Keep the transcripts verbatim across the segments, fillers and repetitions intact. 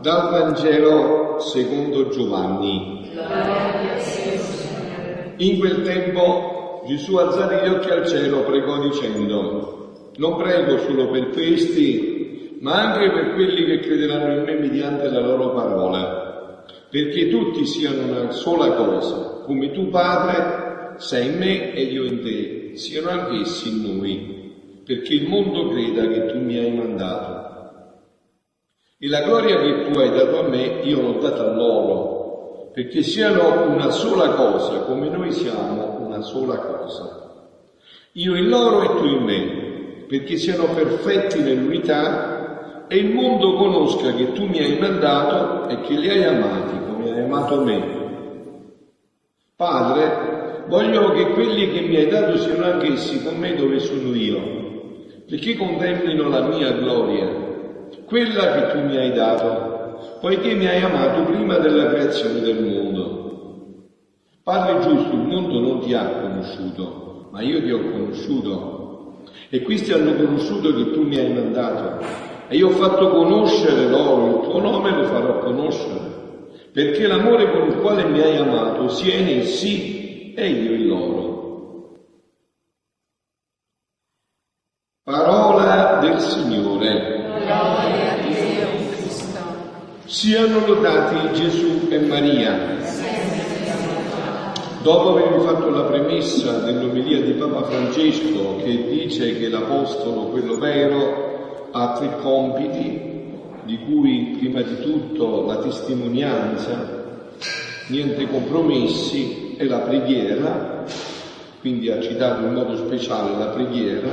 Dal Vangelo secondo Giovanni. In quel tempo Gesù, alzati gli occhi al cielo, pregò dicendo: non prego solo per questi, ma anche per quelli che crederanno in me mediante la loro parola, perché tutti siano una sola cosa, come tu, Padre, sei in me e io in te, siano anch'essi in noi, perché il mondo creda che tu mi hai mandato. E la gloria che tu hai dato a me, io l'ho data a loro, perché siano una sola cosa, come noi siamo una sola cosa. Io in loro e tu in me, perché siano perfetti nell'unità e il mondo conosca che tu mi hai mandato e che li hai amati come hai amato me. Padre, voglio che quelli che mi hai dato siano anch'essi con me dove sono io, perché contemplino la mia gloria, quella che tu mi hai dato, poiché mi hai amato prima della creazione del mondo. Padre giusto, il mondo non ti ha conosciuto, ma io ti ho conosciuto, e questi hanno conosciuto che tu mi hai mandato, e io ho fatto conoscere loro il tuo nome, lo farò conoscere, perché l'amore con il quale mi hai amato sia in essi e io in loro. Parola del Signore. Siano lodati Gesù e Maria. Dopo avervi fatto la premessa dell'omelia di Papa Francesco, che dice che l'Apostolo, quello vero, ha tre compiti, di cui prima di tutto la testimonianza, niente compromessi, e la preghiera, quindi ha citato in modo speciale la preghiera.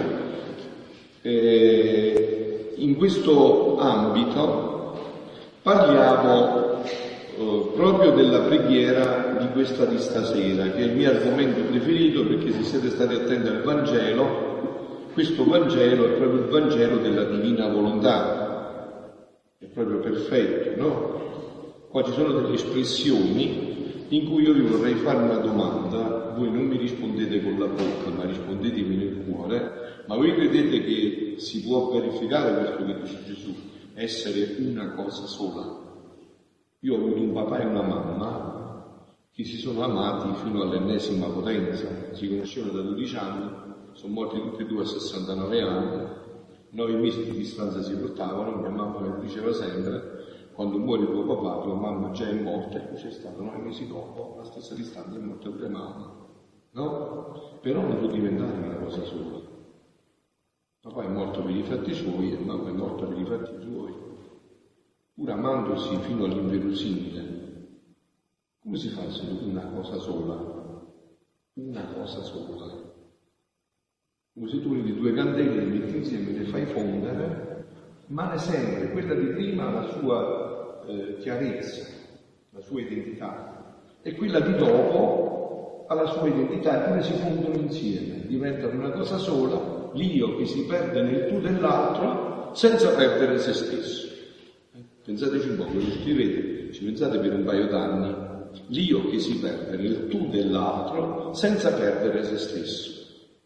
Eh, in questo ambito parliamo eh, proprio della preghiera di questa di stasera, che è il mio argomento preferito, perché se siete stati attenti al Vangelo, questo Vangelo è proprio il Vangelo della divina volontà, è proprio perfetto, no? Qua ci sono delle espressioni in cui io vi vorrei fare una domanda, voi non mi rispondete con la bocca, ma rispondetemi nel cuore, ma voi credete che si può verificare questo che dice Gesù? Essere una cosa sola. Io ho avuto un papà e una mamma che si sono amati fino all'ennesima potenza, si conoscevano da dodici anni, sono morti tutti e due a sessantanove anni, nove mesi di distanza si portavano. Mia mamma mi diceva sempre: quando muore tuo papà, tua mamma già è morta, e poi c'è stato nove mesi dopo, alla stessa distanza, è morta pure mamma, no? Però non può diventare una cosa sola. Papà è morto per i fatti suoi e mamma è morta per i fatti suoi, pur amandosi fino all'inverosimile. Come si fa a essere una cosa sola? Una cosa sola. Come se tu prendi due candele, le metti insieme, le fai fondere, ma sempre quella di prima ha la sua eh, chiarezza, la sua identità, e quella di dopo ha la sua identità, eppure si fondono insieme, diventano una cosa sola. L'io che si perde nel tu dell'altro senza perdere se stesso. Pensateci un po', ve lo scrivete, ci pensate per un paio d'anni. L'io che si perde nel tu dell'altro senza perdere se stesso.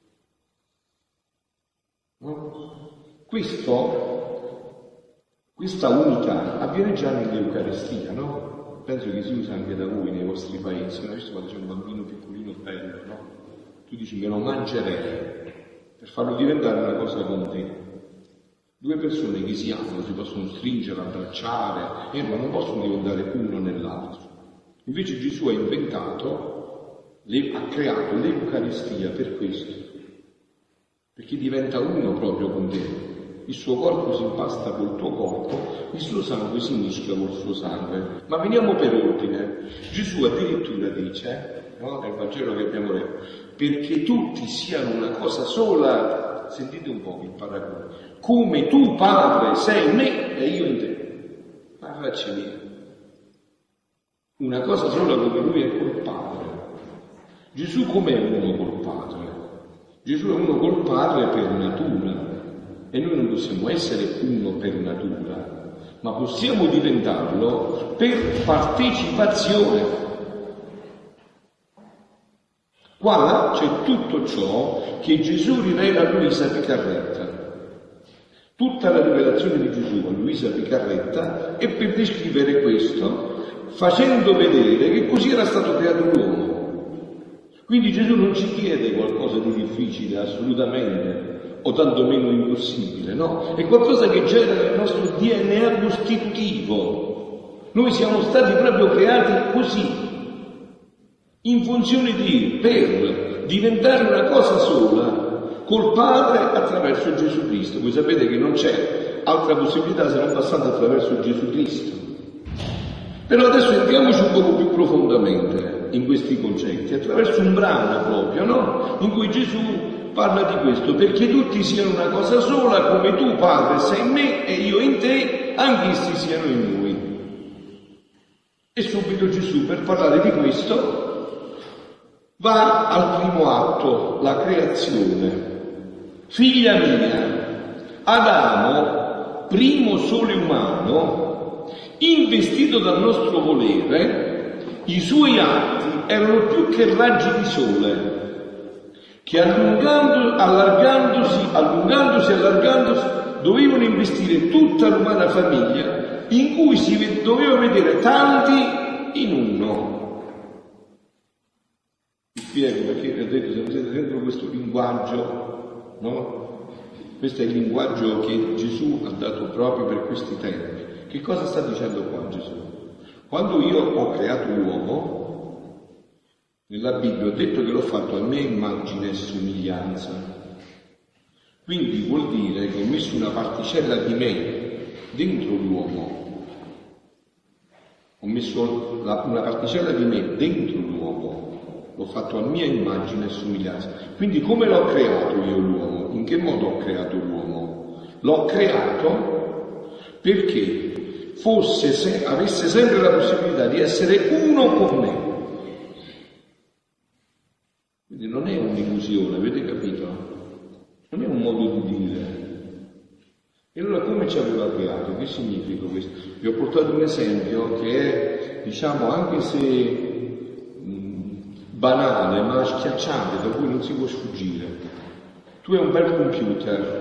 No? Questo, questa unità avviene già nell'Eucaristia, no? Penso che si usa anche da voi nei vostri paesi. No? Visto quando c'è un bambino piccolino bello, no? Tu dici: me lo mangerei, per farlo diventare una cosa con te. Due persone che si amano si possono stringere, abbracciare, ma non possono diventare uno nell'altro. Invece Gesù ha inventato, ha creato l'Eucaristia per questo, perché diventa uno proprio con te. Il suo corpo si impasta col tuo corpo, il suo sangue si mischia col suo sangue. Ma veniamo per ordine. Gesù addirittura dice, no, nel Vangelo che abbiamo letto, perché tutti siano una cosa sola. Sentite un po' il paragone: come tu, Padre, sei in me e io in te. Ma faccia mia, una cosa sola come lui è col Padre. Gesù com'è uno col Padre? Gesù è uno col Padre per natura, e noi non possiamo essere uno per natura, ma possiamo diventarlo per partecipazione. Qua c'è tutto ciò che Gesù rivela a Luisa Picarretta. tutta la rivelazione di Gesù a Luisa Picarretta è per descrivere questo, facendo vedere che così era stato creato l'uomo. Quindi Gesù non ci chiede qualcosa di difficile, assolutamente, o tantomeno impossibile, no? È qualcosa che genera nel nostro D N A costitutivo. Noi siamo stati proprio creati così, in funzione di, per diventare una cosa sola col Padre attraverso Gesù Cristo. Voi sapete che non c'è altra possibilità se non passando attraverso Gesù Cristo. Però adesso entriamoci un poco più profondamente in questi concetti, attraverso un brano proprio, no? In cui Gesù parla di questo, perché tutti siano una cosa sola, come tu, Padre, sei in me e io in te, anche essi siano in noi. E subito Gesù, per parlare di questo, va al primo atto, la creazione. Figlia mia, Adamo, primo sole umano, investito dal nostro volere, i suoi atti erano più che raggi di sole, che allungando, allargandosi, allungandosi, allargandosi, dovevano investire tutta l'umana famiglia, in cui si doveva vedere tanti in uno. Vi spiego perché vi ho detto, se non siete dentro questo linguaggio, no? Questo è il linguaggio che Gesù ha dato proprio per questi tempi. Che cosa sta dicendo qua Gesù? Quando io ho creato l'uomo, nella Bibbia ho detto che l'ho fatto a mia immagine e somiglianza. Quindi vuol dire che ho messo una particella di me dentro l'uomo. Ho messo la, una particella di me dentro l'uomo. L'ho fatto a mia immagine e somiglianza. Quindi come l'ho creato io l'uomo? In che modo ho creato l'uomo? L'ho creato perché fosse, se, avesse sempre la possibilità di essere uno con me. Quindi non è un'illusione, avete capito? Non è un modo di dire. E allora come ci aveva creato? Che significa questo? Vi ho portato un esempio che è, diciamo, anche se mh, banale, ma schiacciante, da cui non si può sfuggire. Tu hai un bel computer,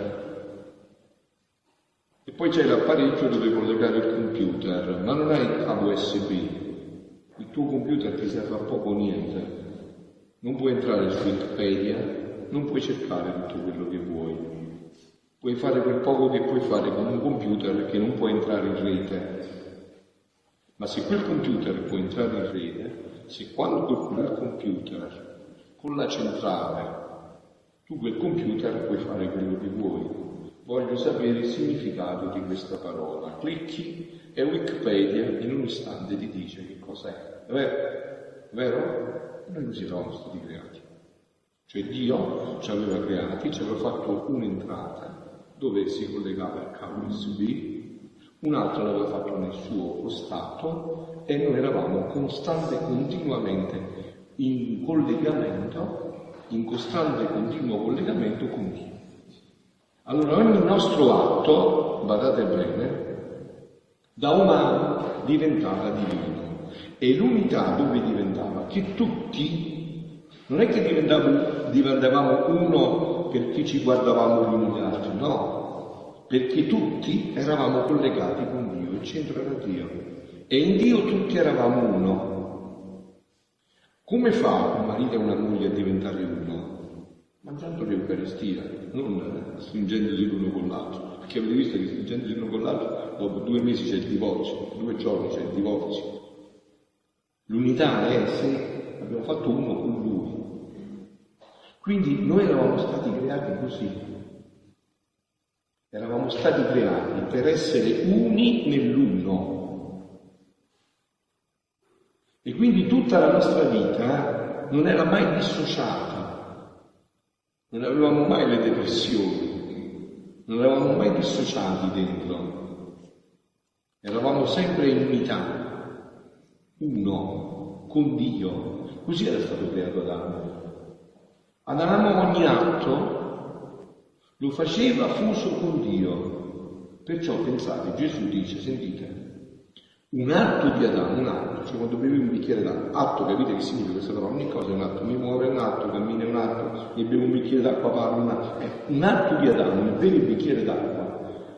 e poi c'è l'apparecchio dove collegare il computer, ma non hai il cavo U S B. Il tuo computer ti serve a poco o niente. Non puoi entrare su Wikipedia, non puoi cercare tutto quello che vuoi. Puoi fare quel poco che puoi fare con un computer che non può entrare in rete. Ma se quel computer può entrare in rete, se quando con quel computer, con la centrale, tu quel computer puoi fare quello che vuoi. Voglio sapere il significato di questa parola. Clicchi e Wikipedia in un istante ti dice che cos'è. È vero? È vero? Noi non siamo stati creati. Cioè Dio ci aveva creati, ci aveva fatto un'entrata dove si collegava il cavo U S B, un'altra l'aveva fatto nel suo costato e noi eravamo costante continuamente in collegamento, in costante continuo collegamento con Dio. Allora ogni nostro atto, badate bene, da umano diventava divino. E l'unità dove diventava? Che tutti, non è che diventavamo, diventavamo uno perché ci guardavamo gli uni gli altri, no, perché tutti eravamo collegati con Dio, il centro era Dio. E in Dio tutti eravamo uno. Come fa un marito e una moglie a diventare uno? Mangiando l'Eucaristia, non stringendosi l'uno con l'altro, perché avete visto che stringendosi l'uno con l'altro dopo due mesi c'è il divorzio, due giorni c'è il divorzio. L'unità è se abbiamo fatto uno con Lui. Quindi noi eravamo stati creati così. Eravamo stati creati per essere uni nell'uno. E quindi tutta la nostra vita non era mai dissociata. Non avevamo mai le depressioni, non eravamo mai dissociati dentro, eravamo sempre in unità, uno, con Dio. Così era stato creato Adamo. Adamo ogni atto lo faceva fuso con Dio. Perciò pensate, Gesù dice, sentite, un atto di Adamo, un atto, cioè quando bevi un bicchiere d'acqua, atto, capite che significa questa parola? Ogni cosa è un atto, mi muove un atto, cammina un atto, mi bevo un bicchiere d'acqua, parlo un atto. Eh, un atto di Adamo, mi bevi un bicchiere d'acqua,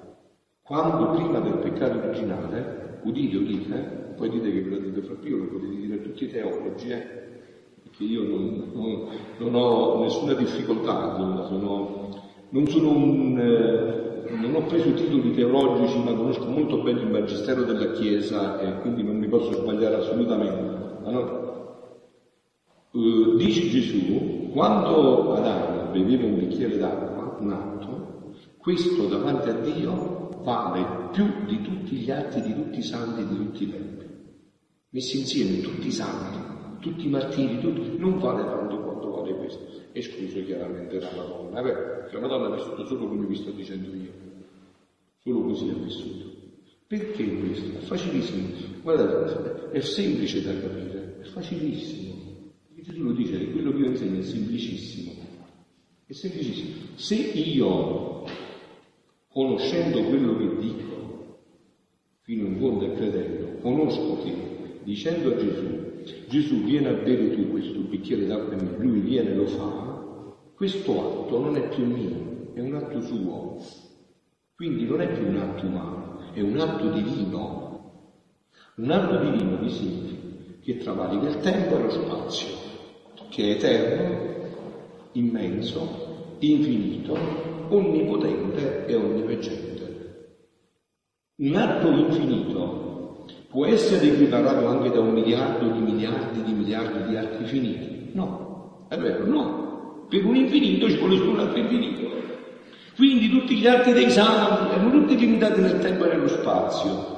quando prima del peccato originale, udite, udite, eh? Poi dite che ve lo dite fra più, lo potete dire a tutti i teologi, eh? Perché io non, non, non ho nessuna difficoltà, insomma, sono, non sono un... Eh, non ho preso titoli teologici, ma conosco molto bene il magistero della Chiesa e quindi non mi posso sbagliare assolutamente. Allora, eh, dice Gesù, quando Adamo beveva un bicchiere d'acqua, un atto, questo davanti a Dio vale più di tutti gli atti di tutti i santi di tutti i tempi. Messi insieme tutti i santi, tutti i martiri, tutti, non vale tanto quanto vale questo. Escluso chiaramente dalla donna, è vero, perché la donna ha vissuto solo come vi sto dicendo io, solo così ha vissuto. Perché questo? È facilissimo, guardate, è semplice da capire, è facilissimo. Gesù lo dice, che quello che io insegno è semplicissimo, è semplicissimo. Se io, conoscendo quello che dico, fino in fondo e credendo, conosco che, dicendo a Gesù, Gesù viene a bere tu questo bicchiere d'acqua in me, lui viene e lo fa, questo atto non è più mio, è un atto suo. Quindi non è più un atto umano, è un atto divino. Un atto divino che significa che travalica il tempo e lo spazio, che è eterno, immenso, infinito, onnipotente e onniveggente. Un atto infinito può essere equiparato anche da un miliardo di miliardi di miliardi di atti finiti? No, è vero, no. Per un infinito ci vuole solo un altro infinito. Quindi tutti gli atti dei santi erano tutti limitati nel tempo e nello spazio.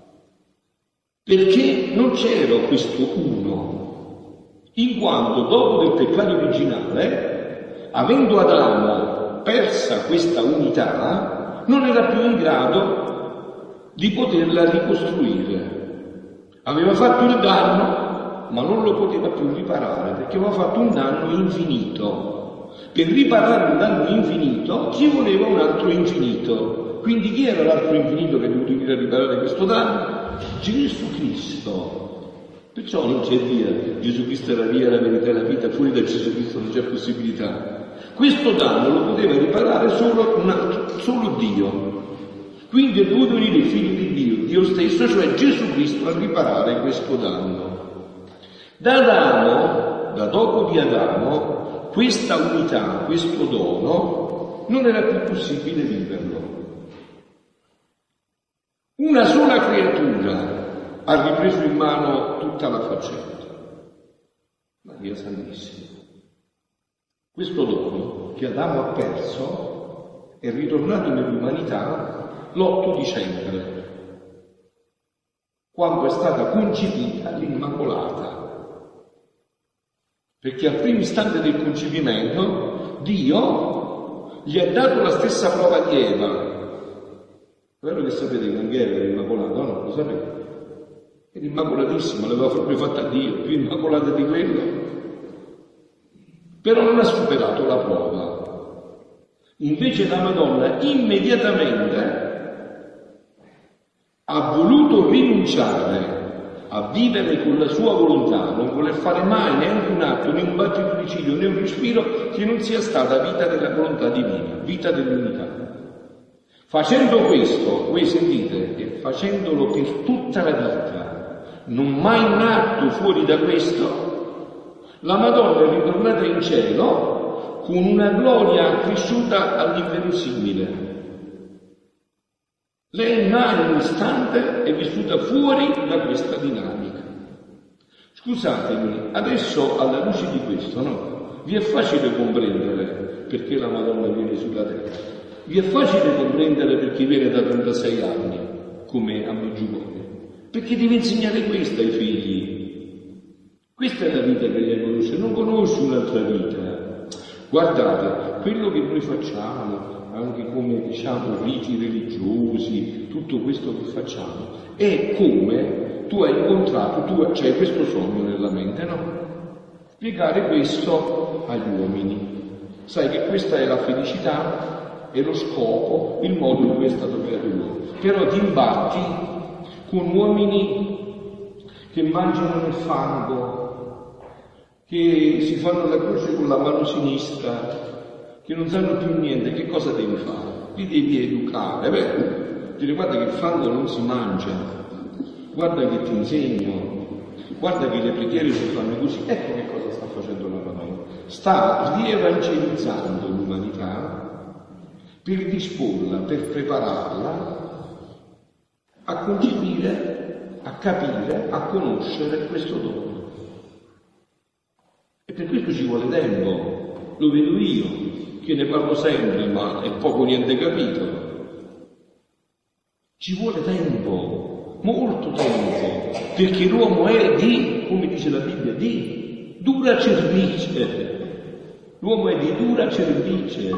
Perché non c'era questo uno, in quanto dopo del peccato originale, avendo Adamo persa questa unità, non era più in grado di poterla ricostruire. Aveva fatto il danno, ma non lo poteva più riparare, perché aveva fatto un danno infinito. Per riparare un danno infinito ci voleva un altro infinito. Quindi chi era l'altro infinito che è dovuto venire a riparare questo danno? Gesù Cristo. Perciò non c'è via. Gesù Cristo è la via, la verità e la vita. Fuori da Gesù Cristo non c'è possibilità. Questo danno lo poteva riparare solo, un altro, solo Dio. Quindi è dovuto venire il Figlio di Dio, Dio stesso, cioè Gesù Cristo, a riparare questo danno. Da Adamo, da dopo di Adamo, questa unità, questo dono, non era più possibile viverlo. Una sola creatura ha ripreso in mano tutta la faccenda. Maria Santissima. Questo dono che Adamo ha perso è ritornato nell'umanità l'otto dicembre, quando è stata concepita l'Immacolata. Perché al primo istante del concepimento Dio gli ha dato la stessa prova di Eva. È vero che sapete che anche Eva era immacolata, no? Lo sapete? Era immacolatissima, l'aveva proprio fatta Dio, più immacolata di quello. Però non ha superato la prova. Invece la Madonna immediatamente ha voluto rinunciare a vivere con la sua volontà, non voler fare mai neanche un atto, né un battito di ciglio, né un respiro che non sia stata vita della volontà divina, vita dell'unità. Facendo questo, voi sentite che facendolo per tutta la vita, non mai un atto fuori da questo, la Madonna è ritornata in cielo con una gloria cresciuta all'inverosimile. Lei mai un istante è vissuta fuori da questa dinamica. Scusatemi, adesso alla luce di questo, no? Vi è facile comprendere perché la Madonna viene sulla terra. Vi è facile comprendere perché viene da trentasei anni, come a Meggiugorje. Perché deve insegnare questo ai figli. Questa è la vita che lei conosce, non conosce un'altra vita. Guardate, quello che noi facciamo, anche come diciamo riti religiosi, tutto questo che facciamo, è come tu hai incontrato, tu c'hai questo sogno nella mente, no? Spiegare questo agli uomini. Sai che questa è la felicità, è lo scopo, il modo in cui è stato creato l'uomo. Però ti imbatti con uomini che mangiano nel fango, che si fanno la croce con la mano sinistra, che non sanno più niente, che cosa devi fare? Li devi educare, vero? dire guarda che il fango non si mangia, guarda che ti insegno, guarda che le preghiere si fanno così. Ecco che cosa sta facendo la Madonna. Sta rievangelizzando l'umanità per disporla, per prepararla a concepire, a capire, a conoscere questo dono. E per questo ci vuole tempo, lo vedo io, che ne parlo sempre, ma è poco niente capito. Ci vuole tempo, molto tempo, perché l'uomo è di, come dice la Bibbia, di dura cervice. L'uomo è di dura cervice.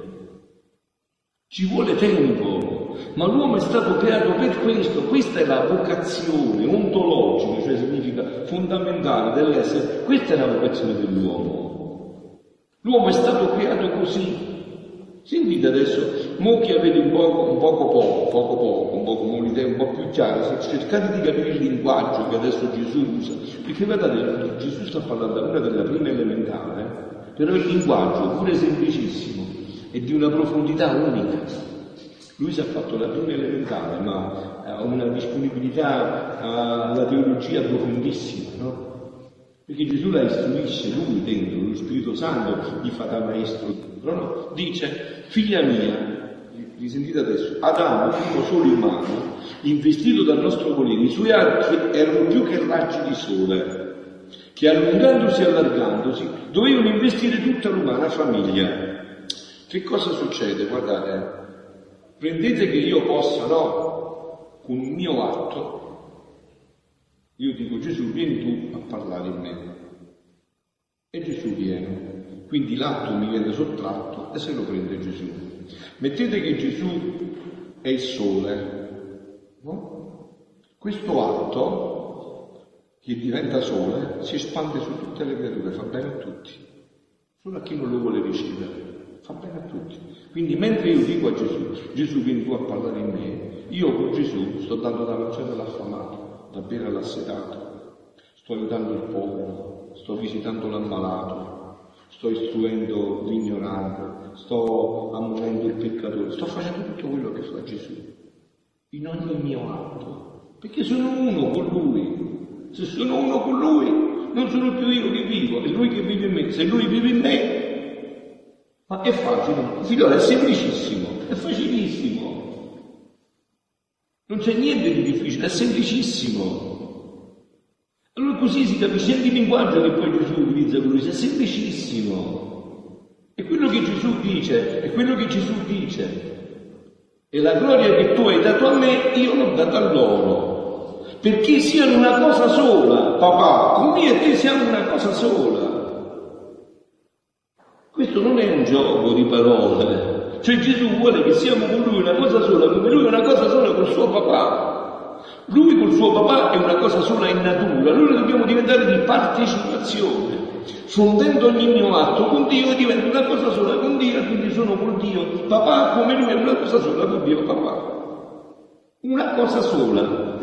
Ci vuole tempo, ma l'uomo è stato creato per questo. Questa è la vocazione ontologica, cioè significa fondamentale dell'essere. Questa è la vocazione dell'uomo. L'uomo è stato creato così. Sentite adesso, mo che avete un poco, un poco poco, poco poco, un poco un'idea un po' più chiara, cercate di capire il linguaggio che adesso Gesù usa, perché guardate, Gesù sta parlando da una della prima elementare, eh? Però il linguaggio, pure semplicissimo, è di una profondità unica. Lui si è fatto la prima elementare, ma ha una disponibilità alla teologia profondissima, no? Perché Gesù la istruisce, lui dentro, lo Spirito Santo gli fa da maestro. No? Dice, figlia mia, vi sentite adesso, Adamo, primo sole umano, investito dal nostro volere, i suoi archi erano più che raggi di sole, che allungandosi e allargandosi dovevano investire tutta l'umana famiglia. Che cosa succede? Guardate, prendete che io possa, no, con il mio atto, io dico Gesù, vieni tu a parlare in me. E Gesù viene. Quindi l'atto mi viene sottratto e se lo prende Gesù. Mettete che Gesù è il sole, no? Questo atto, che diventa sole, si espande su tutte le creature, fa bene a tutti. Solo a chi non lo vuole ricevere, fa bene a tutti. Quindi mentre io dico a Gesù, Gesù vieni tu a parlare in me, io con Gesù sto dando da mangiare all'affamato, da bere all'assetato, sto aiutando il povero, sto visitando l'ammalato, sto istruendo l'ignorante, sto ammonendo il peccatore, sto facendo tutto quello che fa Gesù, in ogni mio atto, perché sono uno con Lui. Se sono uno con Lui, non sono più io che vivo, è Lui che vive in me. Se Lui vive in me, ma è facile, figliolo, è semplicissimo, è facilissimo. Non c'è niente di difficile, è semplicissimo. Allora così si capisce anche il linguaggio che poi Gesù utilizza con lui, è semplicissimo. E quello che Gesù dice, è quello che Gesù dice. E la gloria che tu hai dato a me, io l'ho data a loro. Perché siano una cosa sola, papà, con me e te siamo una cosa sola. Questo non è un gioco di parole. Cioè Gesù vuole che siamo con lui una cosa sola, come lui è una cosa sola col suo papà. Lui col suo papà è una cosa sola in natura, noi dobbiamo diventare di partecipazione. Fondendo ogni mio atto con Dio divento una cosa sola con Dio e quindi sono con Dio papà come lui è una cosa sola con Dio papà. Una cosa sola.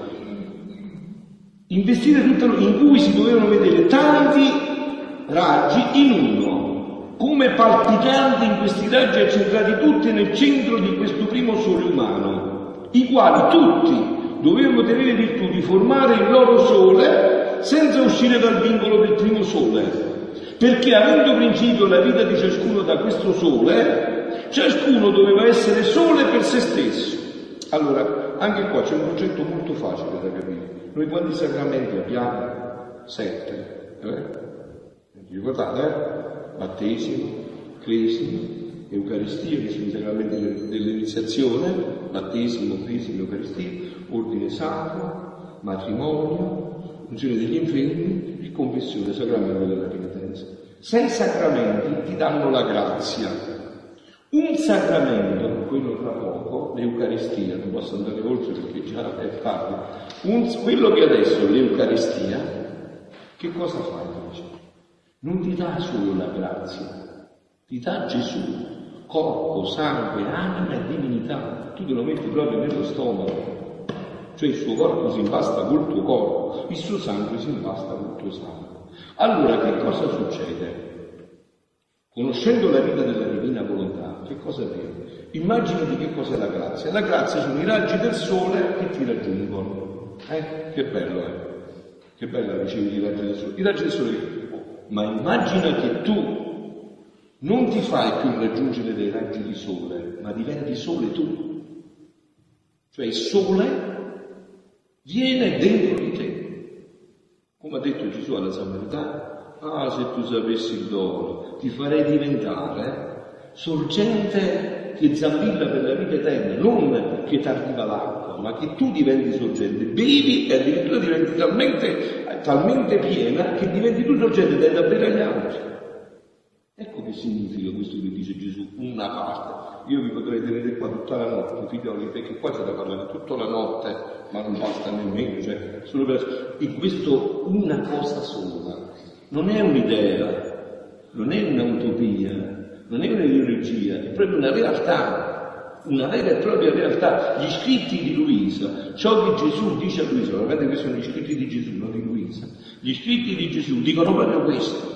Investire tutto in cui si dovevano vedere tanti raggi in uno, come palpitanti in questi raggi accentrati tutti nel centro di questo primo sole umano, i quali tutti dovevano tenere virtù di formare il loro sole senza uscire dal vincolo del primo sole, perché avendo principio la vita di ciascuno da questo sole, ciascuno doveva essere sole per se stesso. Allora, anche qua c'è un concetto molto facile da capire. Noi quanti sacramenti abbiamo? Sette. Eh? Vi ricordate? Eh? Battesimo, cresima, Eucaristia, che sono i sacramenti dell'iniziazione, battesimo, cresima, Eucaristia, ordine sacro, matrimonio, unzione degli infermi e confessione, sacramento della penitenza. Sei sacramenti ti danno la grazia. Un sacramento, quello tra poco, l'Eucaristia, non posso andare oltre perché già è tardi, un, quello che adesso è l'Eucaristia, che cosa fa invece? Non ti dà solo la grazia, ti dà Gesù, corpo, sangue, anima e divinità, tu te lo metti proprio nello stomaco, cioè il suo corpo si impasta col tuo corpo, il suo sangue si impasta col tuo sangue. Allora che cosa succede? conoscendo la vita della divina volontà, che cosa avviene? Immaginati che cos'è la grazia. La grazia sono i raggi del sole che ti raggiungono. Eh? Che bello è. Che bella ricevi i raggi del sole. I raggi del sole. Ma immagina che tu non ti fai più raggiungere dei raggi di sole, ma diventi sole tu. Cioè il sole viene dentro di te. Come ha detto Gesù alla Samaritana, ah, se tu sapessi il dono, ti farei diventare sorgente che zampilla per la vita eterna, non che ti arriva l'acqua, ma che tu diventi sorgente, bevi e addirittura diventi talmente, talmente piena che diventi tu sorgente e dai da bere agli altri. Ecco che significa questo che dice Gesù, una parte. Io vi potrei tenere qua tutta la notte, figlioli, perché qua c'è da parlare tutta la notte, ma non basta nemmeno, cioè, solo per... in questo una cosa sola. Non è un'idea, non è un'utopia, non è un'ideologia, è proprio una realtà, una vera e propria realtà. Gli scritti di Luisa, ciò che Gesù dice a Luisa, guardate che sono gli scritti di Gesù, non di Luisa, gli scritti di Gesù dicono proprio questo,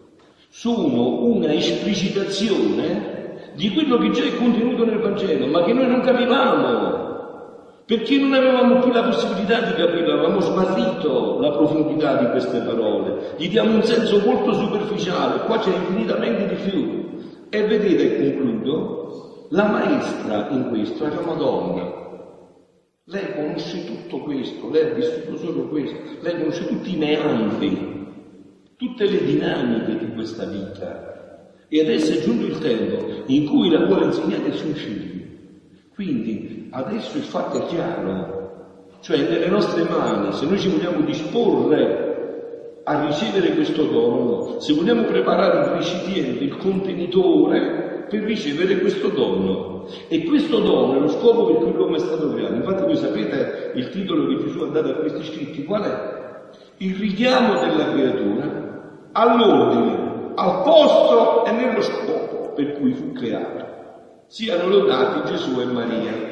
sono una esplicitazione di quello che già è contenuto nel Vangelo, ma che noi non capivamo. Perché non avevamo più la possibilità di capirlo, avevamo smarrito la profondità di queste parole, gli diamo un senso molto superficiale, qua c'è infinitamente di più. E vedete, e concludo, la maestra in questo è la Madonna. Lei conosce tutto questo, lei ha vissuto solo questo, lei conosce tutti i meandri, tutte le dinamiche di questa vita. E adesso è giunto il tempo in cui la vuole insegnare ai suoi figli. Quindi adesso il fatto è chiaro, cioè nelle nostre mani, se noi ci vogliamo disporre a ricevere questo dono, se vogliamo preparare il recipiente, il contenitore per ricevere questo dono. E questo dono è lo scopo per cui l'uomo è stato creato. Infatti voi sapete il titolo che Gesù ha dato a questi scritti qual è? Il richiamo della creatura all'ordine, al posto e nello scopo per cui fu creato. Siano lodati Gesù e Maria.